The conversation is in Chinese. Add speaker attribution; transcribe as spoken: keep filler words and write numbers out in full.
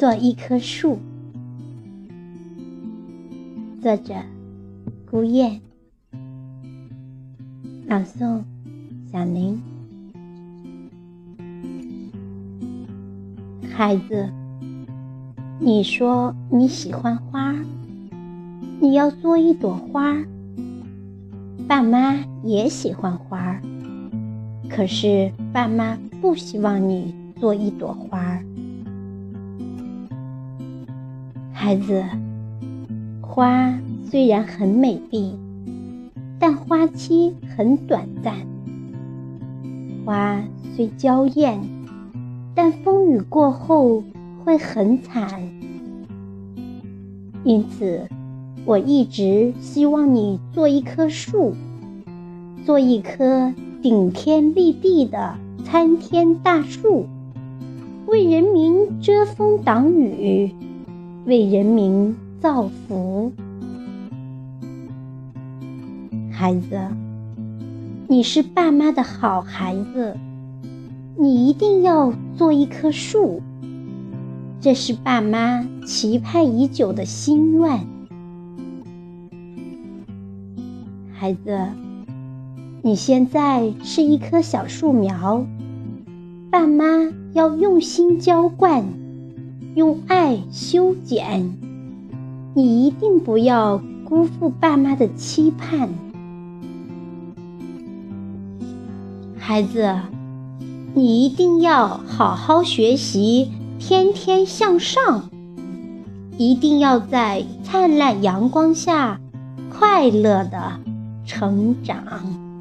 Speaker 1: 做一棵树。作者孤雁，朗诵小林。孩子，你说你喜欢花，你要做一朵花。爸妈也喜欢花，可是爸妈不希望你做一朵花。孩子，花虽然很美丽，但花期很短暂。花虽娇艳，但风雨过后会很惨。因此，我一直希望你做一棵树，做一棵顶天立地的参天大树，为人民遮风挡雨，为人民造福。孩子，你是爸妈的好孩子，你一定要做一棵树，这是爸妈期盼已久的心愿。孩子，你现在是一棵小树苗，爸妈要用心浇灌，用爱修剪，你一定不要辜负爸妈的期盼。孩子，你一定要好好学习，天天向上，一定要在灿烂阳光下快乐地成长。